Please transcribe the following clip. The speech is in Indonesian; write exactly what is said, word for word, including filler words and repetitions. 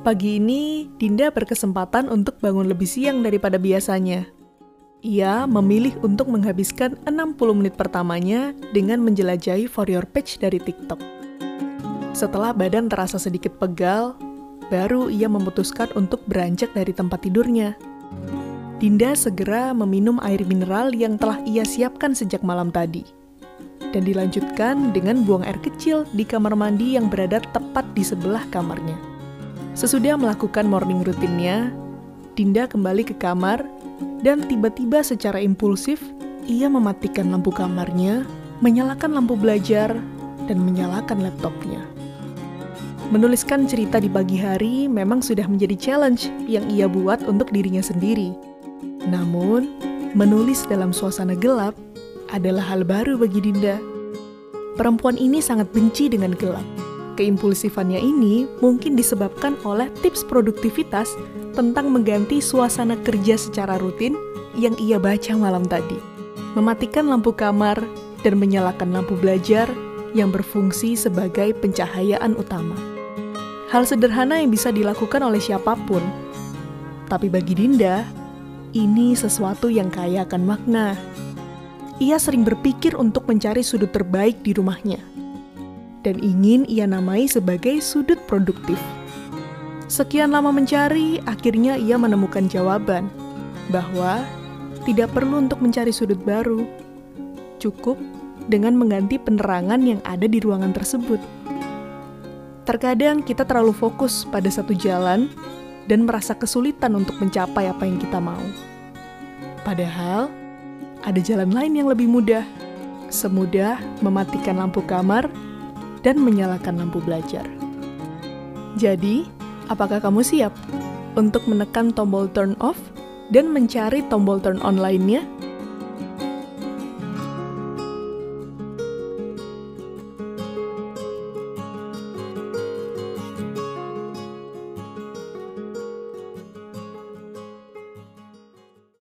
Pagi ini, Dinda berkesempatan untuk bangun lebih siang daripada biasanya. Ia memilih untuk menghabiskan enam puluh menit pertamanya dengan menjelajahi For Your Page dari TikTok. Setelah badan terasa sedikit pegal, baru ia memutuskan untuk beranjak dari tempat tidurnya. Dinda segera meminum air mineral yang telah ia siapkan sejak malam tadi. Dan dilanjutkan dengan buang air kecil di kamar mandi yang berada tepat di sebelah kamarnya. Sesudah melakukan morning rutinnya, Dinda kembali ke kamar dan tiba-tiba secara impulsif, ia mematikan lampu kamarnya, menyalakan lampu belajar, dan menyalakan laptopnya. Menuliskan cerita di pagi hari memang sudah menjadi challenge yang ia buat untuk dirinya sendiri. Namun, menulis dalam suasana gelap adalah hal baru bagi Dinda. Perempuan ini sangat benci dengan gelap. Keimpulsifannya ini mungkin disebabkan oleh tips produktivitas tentang mengganti suasana kerja secara rutin yang ia baca malam tadi. Mematikan lampu kamar dan menyalakan lampu belajar yang berfungsi sebagai pencahayaan utama. Hal sederhana yang bisa dilakukan oleh siapapun. Tapi bagi Dinda, ini sesuatu yang kaya akan makna. Ia sering berpikir untuk mencari sudut terbaik di rumahnya. Dan ingin ia namai sebagai sudut produktif. Sekian lama mencari, akhirnya ia menemukan jawaban bahwa tidak perlu untuk mencari sudut baru. Cukup dengan mengganti penerangan yang ada di ruangan tersebut. Terkadang kita terlalu fokus pada satu jalan dan merasa kesulitan untuk mencapai apa yang kita mau. Padahal, ada jalan lain yang lebih mudah. Semudah mematikan lampu kamar dan menyalakan lampu belajar. Jadi, apakah kamu siap untuk menekan tombol turn off dan mencari tombol turn on lainnya?